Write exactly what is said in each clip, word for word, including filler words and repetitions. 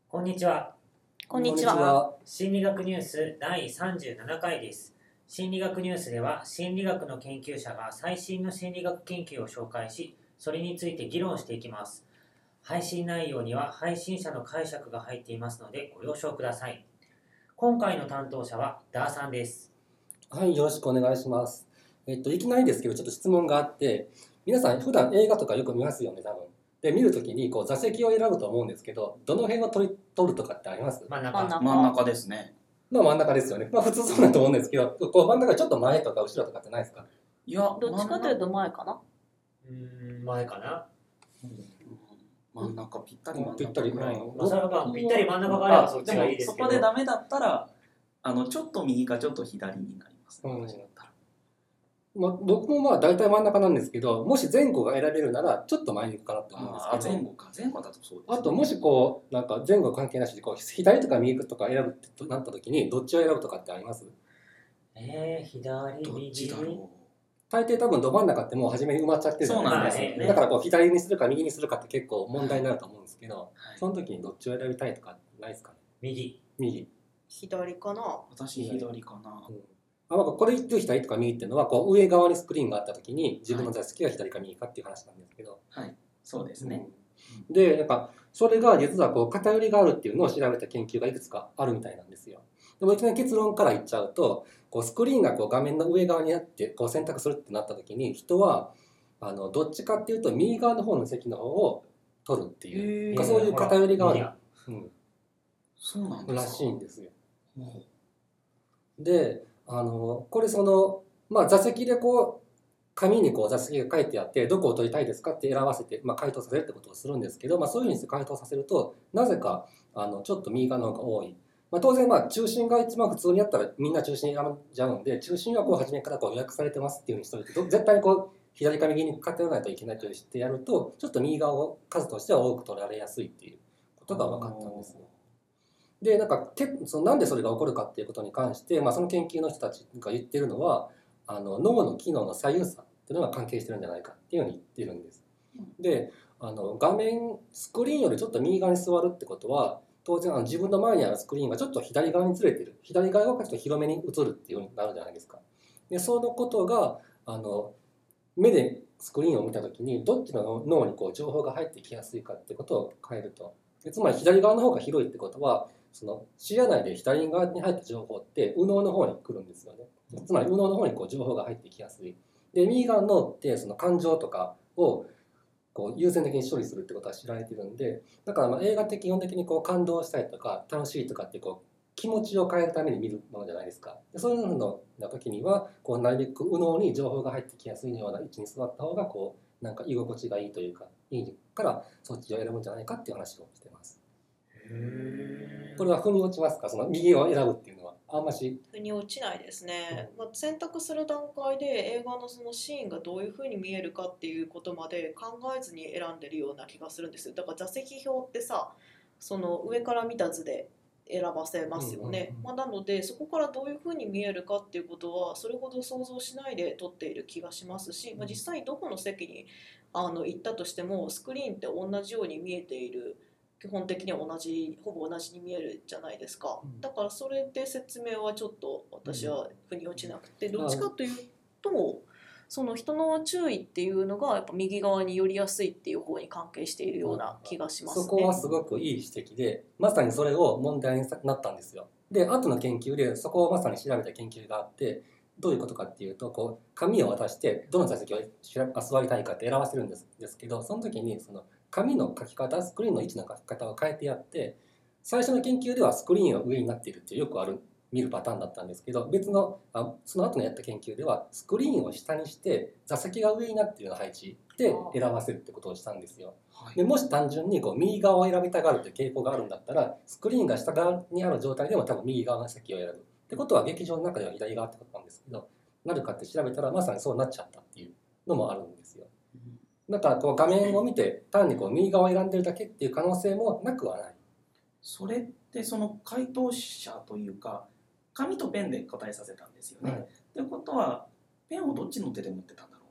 こんにちは。 こんにちは。 心理学ニュースだいさんじゅうななかいです。心理学ニュースでは、心理学の研究者が最新の心理学研究を紹介し、それについて議論していきます。配信内容には配信者の解釈が入っていますのでご了承ください。今回の担当者はダーさんです。 はい、よろしくお願いします。えっと、いきなりですけど、ちょっと質問があって、皆さん普段映画とかよく見ますよね、多分。で、見るときにこう座席を選ぶと思うんですけど、どの辺を取り取るとかってあります？ 真ん中。 真ん中真ん中ですね。 まあ真ん中ですよね。まあ普通そうだと思うんですけど、こう真ん中ちょっと前とか後ろとかってないですか？ いや、 どっちかというと前かな。 うーん、前かな。 真ん中ぴったり真ん中ぴったりぐらいの。 まあ、それはぴったり真ん中があればそっちがいいですけど。 そこでダメだったら、あのちょっと右かちょっと左になります、ね。 うん私だったら。 まあ、僕もまあ大体真ん中なんですけど、もし前後が選べるならちょっと前に行くかなと思うんですあ、 けど。 前後か。前後だとそうです、ね。 あともしこうなんか前後関係なしでこう左とか右とか選ぶってなった時にどっちを選ぶとかってあります？ えー、左、 どっ右ちだろ大抵多分ど真ん中ってもう初めに埋まっちゃってるじゃないですか。 そうなんですよねだからこう左にするか右にするかって結構問題になると思うんですけど、 う。はい、 その時にどっちを選びたいとかないですかね？ 右。 右。 左かな。 私左かな。 うん、あ、なんかこれ言ってる左とか右っていうのはこう上側にスクリーンがあった時に自分の座席が左か右かっていう話なんですけど、 はい、そうですね。 うん、でなんかそれが実はこう偏りがあるっていうのを調べた研究がいくつかあるみたいなんですよ。でもいきなり結論から言っちゃうと、こうスクリーンがこう画面の上側にあってこう選択するってなった時に人はあのどっちかっていうと右側の方の席の方を取るっていう、 へーそういう偏りがある、 右うん、 そうなんですからしいんですよ。 もであのこれその、まあ、座席でこう紙にこう座席が書いてあってどこを取りたいですかって選ばせて、まあ、回答させるってことをするんですけど、まあ、そういうふうにして回答させるとなぜかあのちょっと右側の方が多い。まあ、当然まあ中心が一番普通にやったらみんな中心選んじゃうんで、中心はこう初めからこう予約されてますっていうふうにしておいて、絶対にこう左か右に偏らないといけないとしてやるとちょっと右側を数としては多く取られやすいっていうことが分かったんですよ。でなんかけそのなんでそれが起こるかっていうことに関して、まあ、その研究の人たちが言ってるのはあの脳の機能の左右差っていうのが関係してるんじゃないかっていうふうに言ってるんです。であの画面スクリーンよりちょっと右側に座るってことは当然あの自分の前にあるスクリーンがちょっと左側にずれてる、左側がちょっと広めに映るっていうふうになるじゃないですか。でそのことがあの目でスクリーンを見た時にどっちの脳にこう情報が入ってきやすいかってことを変えると、でつまり左側の方が広いってことはその視野内で左側に入った情報って右脳の方に来るんですよね。つまり右脳の方にこう情報が入ってきやすい。で右側の脳ってその感情とかをこう優先的に処理するってことは知られてるんで、だからまあ映画って基本的にこう感動したりとか楽しいとかってこう気持ちを変えるために見るものじゃないですか。でそういうのな時にはこうなるべく右脳に情報が入ってきやすいような位置に座った方がこうなんか居心地がいいというかいいからそっちを選ぶんじゃないかっていう話をしてます。 へー。 これは腑に落ちますか？その右を選ぶっていうのはあんまし。 腑に落ちないですね、まあ、選択する段階で映画のそのシーンがどういう風に見えるかっていうことまで考えずに選んでるような気がするんですよ。だから座席表ってさ、その上から見た図で選ばせますよね、まあ、なのでそこからどういう風に見えるかっていうことはそれほど想像しないで撮っている気がしますし、まあ、実際どこの席にあの行ったとしてもスクリーンって同じように見えている、基本的には同じほぼ同じに見えるじゃないですか。だからそれで説明はちょっと私は腑に落ちなくて、どっちかというとその人の注意っていうのがやっぱ右側に寄りやすいっていう方に関係しているような気がしますね。 そこはすごくいい指摘で、まさにそれを問題になったんですよ。で後の研究でそこをまさに調べた研究があって、どういうことかっていうとこう紙を渡してどの座席を座りたいかって選ばせるんですですけど、その時にその紙の書き方、スクリーンの位置の書き方を変えてやって、最初の研究ではスクリーンが上になっているっていうよくある見るパターンだったんですけど、別のあその後のやった研究ではスクリーンを下にして座席が上になっているような配置で選ばせるってことをしたんですよ。でもし単純にこう右側を選びたがるという傾向があるんだったらスクリーンが下側にある状態でも多分右側の席を選ぶってことは劇場の中では左側ってことなんですけど、なるかって調べたらまさにそうなっちゃったっていうのもあるんですよ。だからこう画面を見て単にこう右側を選んでるだけっていう可能性もなくはない。 それってその回答者というか紙とペンで答えさせたんですよね。はい、ということはペンをどっちの手で持ってたんだろうっていうのっ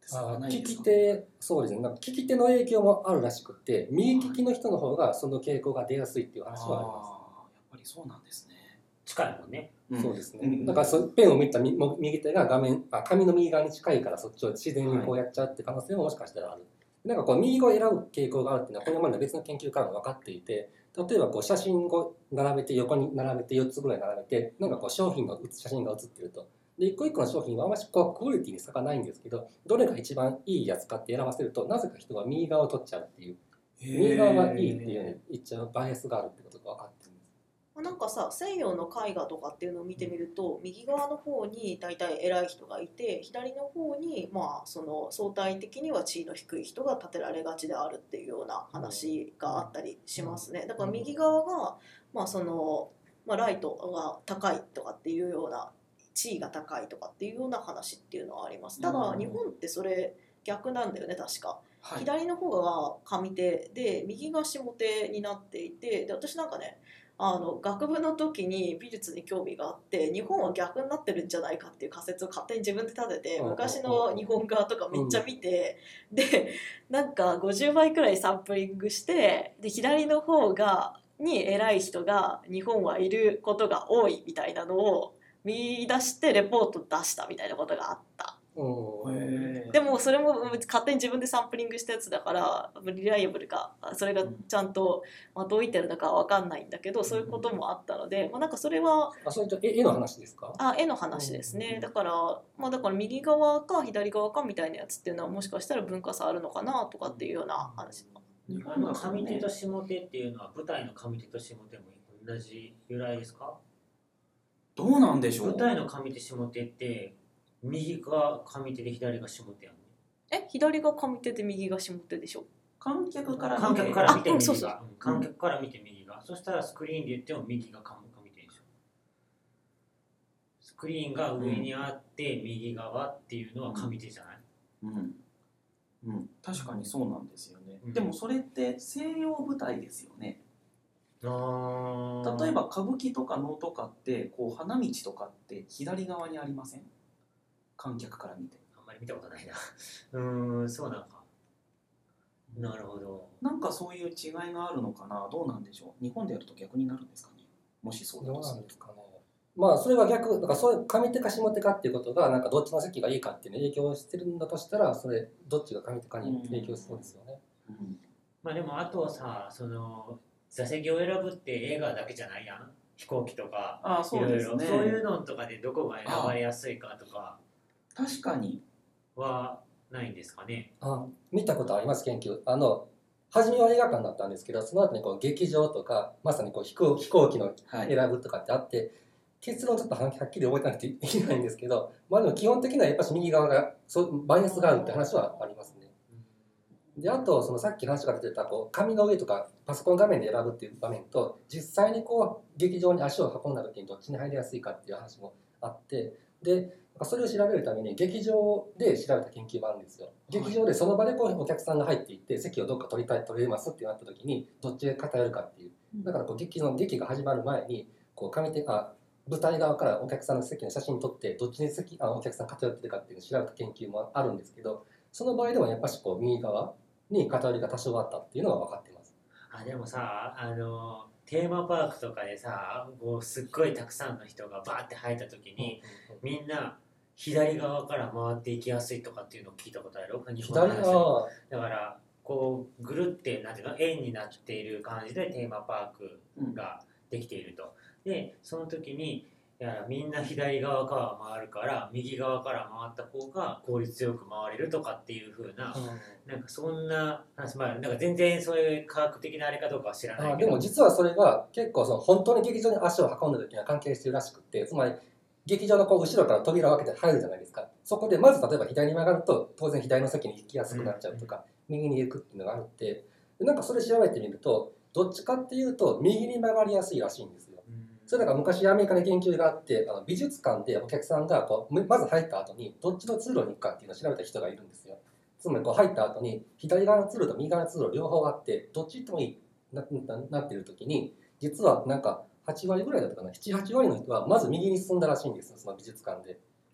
ですか？ あ利ないですか？ き手、そうですね、なんか利き手の影響もあるらしくて、右利きの人の方がその傾向が出やすいっていう話はあります。 あーやっぱりそうなんですね。 近いもんね。 そうですね。 んだからそペンを見たみも右手が画面あ紙の右側に近いからそっちを自然にこうやっちゃうって可能性ももしかしたらある。なんかこう右を選ぶ傾向があるっていうのはこれまでの別の研究からも分かっていて、例えばこう写真を並べて横に並べてよっつぐらい並べてなんかこう商品の写真が写ってると。で一個一個の商品はあんまりこうクオリティに差がないんですけど、どれが一番いいやつかって選ばせるとなぜか人は右側を取っちゃうっていう、右側がいいっていうね言っちゃうバイアスがあるってことが分かってるんです。 なんかさ、西洋の絵画とかっていうのを見てみると、右側の方に大体偉い人がいて、左の方にまあその相対的には地位の低い人が立てられがちであるっていうような話があったりしますね。だから右側がまあその、まあ、ライトが高いとかっていうような、地位が高いとかっていうような話っていうのはあります。ただ日本ってそれ逆なんだよね、確か。 はい、 左の方が上手で右が下手になっていて、で私なんかね、あの学部の時に美術に興味があって、日本は逆になってるんじゃないかっていう仮説を勝手に自分で立てて、 うん昔の日本画とかめっちゃ見て、でなんかごじゅうばいくらいサンプリングして、で左の方がに偉い人が日本はいることが多いみたいなのを見出してレポート出したみたいなことがあった。 うんでもそれも勝手に自分でサンプリングしたやつだからリライアブルかそれがちゃんとまといてるのかは分かんないんだけど、そういうこともあったので、まあ、なんかそれはあ、それと絵絵の話ですか？ あ絵の話ですね。だからまあだから右側か左側かみたいなやつっていうのはもしかしたら文化差あるのかなとかっていうような話。 あの上手と下手っていうのは舞台の上手と下手も同じ由来ですか？ どうなんでしょう。 舞台の上手下手って右が上手で左が下手やんね。 え左が上手で右が下手でしょ？ 観客から観客から見てあうん右そうそうが、うん観客から見て右が、そしたらスクリーンで言っても右が上手でしょ。スクリーンが上にあって右側っていうのは上手じゃない？ うんうん、確かにそうなんですよね、 うんでもそれって西洋舞台ですよね。 あ例えば歌舞伎とか能とかってこう花道とかって左側にありません？観客から見てあんまり見たことないな。うーん、そうなんか。なるほど。 なんかそういう違いがあるのかな。どうなんでしょう。日本でやると逆になるんですかね。もしそうだどうとすると。 なんですかね。まあそれは逆、だからそれ上手か下手かっていうことがなんかどっちの席がいいかっていうのに影響してるんだとしたら、それどっちが上手かに影響しそうですよね。 うんまあでもあとはさ、その座席を選ぶって映画だけじゃないやん。飛行機とかああいろいろそうですね。 そういうのとかでどこが選ばれやすいかとか確かに。 はないんですかね。 あ、見たことあります研究。あの初めは映画館だったんですけど、その後にこう劇場とかまさにこう飛行飛行機のはい。 選ぶとかってあって、結論ちょっとはっきり覚えてなくていけないんですけど、まあでも基本的にはやっぱし右側がそうバイアスがあるって話はありますね。であとそのさっき話が出てたこう紙の上とかパソコン画面で選ぶっていう場面と、実際にこう劇場に足を運んだ時にどっちに入りやすいかっていう話もあって、でそれを調べるために劇場で調べた研究もあるんですよ。劇場でその場でこうお客さんが入っていって席をどっか取りたい取れますってなった時にどっちが偏るかっていう。だからこう劇の劇が始まる前にこう上手あ舞台側からお客さんの席の写真撮ってどっちに席あお客さん偏ってるかっていうのを調べた研究もあるんですけど、その場合でもやっぱしこう右側に偏りが多少あったっていうのは分かっています。 あでもさ、あのテーマパークとかでさ、こうすっごいたくさんの人がバーって入った時に、みんな左側から回っていきやすいとかっていうのを聞いたことあるよ。日本の左話で側だからこうぐるってなんていうの円になっている感じでテーマパークができていると。でその時にいやみんな左側から回るから右側から回った方が効率よく回れるとかっていう風な、なんかそんな話、まあ、なんか全然そういう科学的なあれかどうかは知らないあけど、 でも実はそれが結構その本当に劇場に足を運んだ時には関係しているらしくて、つまり劇場のこう後ろから扉を開けて入るじゃないですか。そこでまず例えば左に曲がると当然左の席に行きやすくなっちゃうとか、うん、右に行くっていうのがあるって、でなんかそれ調べてみるとどっちかっていうと右に曲がりやすいらしいんですよ。それだから昔アメリカで研究があって、あの美術館でお客さんがこうまず入った後にどっちの通路に行くかっていうのを調べた人がいるんですよ。つまりこう入った後に左側の通路と右側の通路両方あってどっち行ってもいいななっている時に、実はなんかはちわりぐらいだったかな、なな、はちわりの人はまず右に進んだらしいんですよ、その美術館で。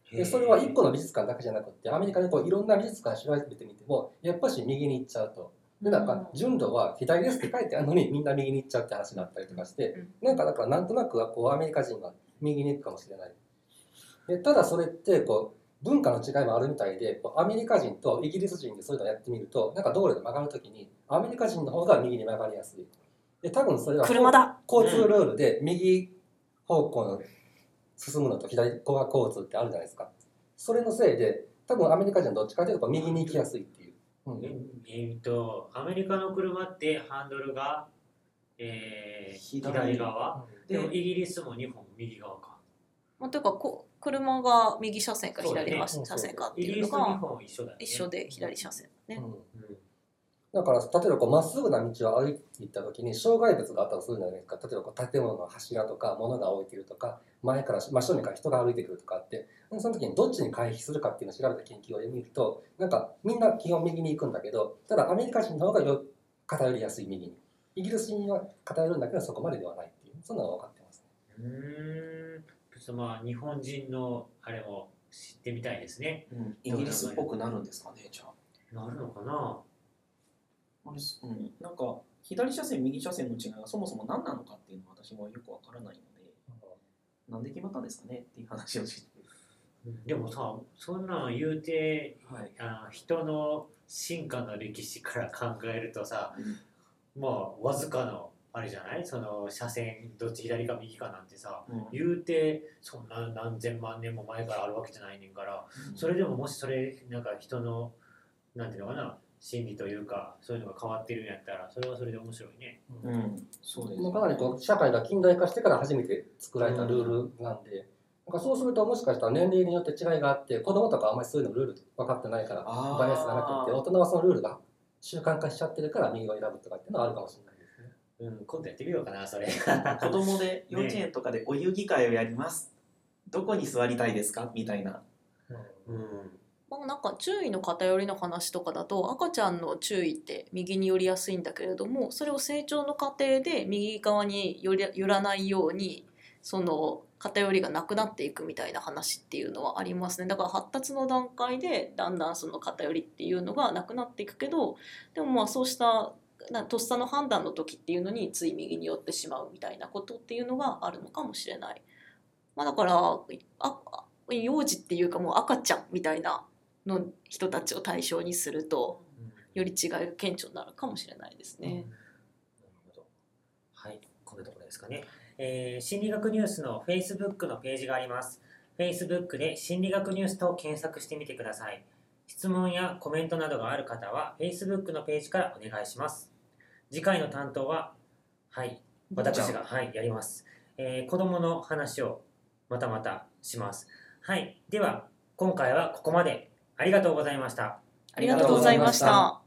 でそれはいっこの美術館だけじゃなくてアメリカでこういろんな美術館調べてみてもやっぱし右に行っちゃうと。でなんか順路は左ですって書いてあるのにみんな右に行っちゃうって話になったりとかして、なんかだからなんとなくはこうアメリカ人は右に行くかもしれない。でただそれってこう文化の違いもあるみたいで、こうアメリカ人とイギリス人でそういうのをやってみるとなんか道路で曲がるときにアメリカ人の方が右に曲がりやすい。で多分それは車だ交通ルールで右方向の進むのと左側交通ってあるじゃないですか。それのせいで多分アメリカ人はどっちかというと右に行きやすいっていう。うん、 ええー、とアメリカの車ってハンドルが、えー、左側でもイギリスも日本右側か。 まあ、というかこ車が右車線か左車線かっていうのが一緒で左車線ね。うんうん、 だから例えばこうまっすぐな道を歩いていった時に障害物があったとするじゃないですか。例えばこう建物の柱とか物が置いてるとか前から真正面から人が歩いてくるとかあってその時にどっちに回避するかっていうのを調べた研究を見るとなんかみんな基本右に行くんだけどただアメリカ人の方がよ偏りやすい右にイギリス人は偏るんだけどそこまでではないっていうそんなのが分かってますね。 うーんまあ日本人のあれも知ってみたいですね。 うん、イギリスっぽくなるんですかねじゃあ。 なるのかな。 あれ、うん、なんか左車線右車線の違いがそもそも何なのかっていうのは私もよくわからないので、うん、なんで決まったんですかねっていう話をして。 でもさそんなん言うて、 はい、 あ人の進化の歴史から考えるとさ、うん、まあわずかのあれじゃないその車線どっち左か右かなんてさ、うん、言うてそんな何千万年も前からあるわけじゃないねんから、うん、それでももしそれなんか人のなんていうのかな心理というかそういうのが変わってるんやったらそれはそれで面白いね。 うん、そうですね。 かなりこう社会が近代化してから初めて作られたルールなんで、うん、なんかそうするともしかしたら年齢によって違いがあって子供とかあんまりそういうのルール分かってないからバイアスがなくて大人はそのルールが習慣化しちゃってるから右を選ぶとかっていうのはあるかもしれないですね。 うん、今度やってみようかなそれ。 子供で幼稚園とかでお遊戯会をやります、ね、どこに座りたいですかみたいな、 うん、まあ、なんか注意の偏りの話とかだと赤ちゃんの注意って右に寄りやすいんだけれどもそれを成長の過程で右側に寄り寄らないようにその偏りがなくなっていくみたいな話っていうのはありますね。だから発達の段階でだんだんその偏りっていうのがなくなっていくけどでもまあそうしたとっさの判断の時っていうのについ右に寄ってしまうみたいなことっていうのがあるのかもしれない。まあ、だからあ幼児っていうかもう赤ちゃんみたいなの人たちを対象にするとより違いが顕著になるかもしれないですね。うん、なるほど。はい、こんなところですかね。えー、心理学ニュースの Facebook のページがあります。Facebook で心理学ニュースと検索してみてください。質問やコメントなどがある方は Facebook のページからお願いします。次回の担当は、はい、私が、はい、やります。えー、子供の話をまたまたします。はい、では今回はここまで。ありがとうございました。 ありがとうございました。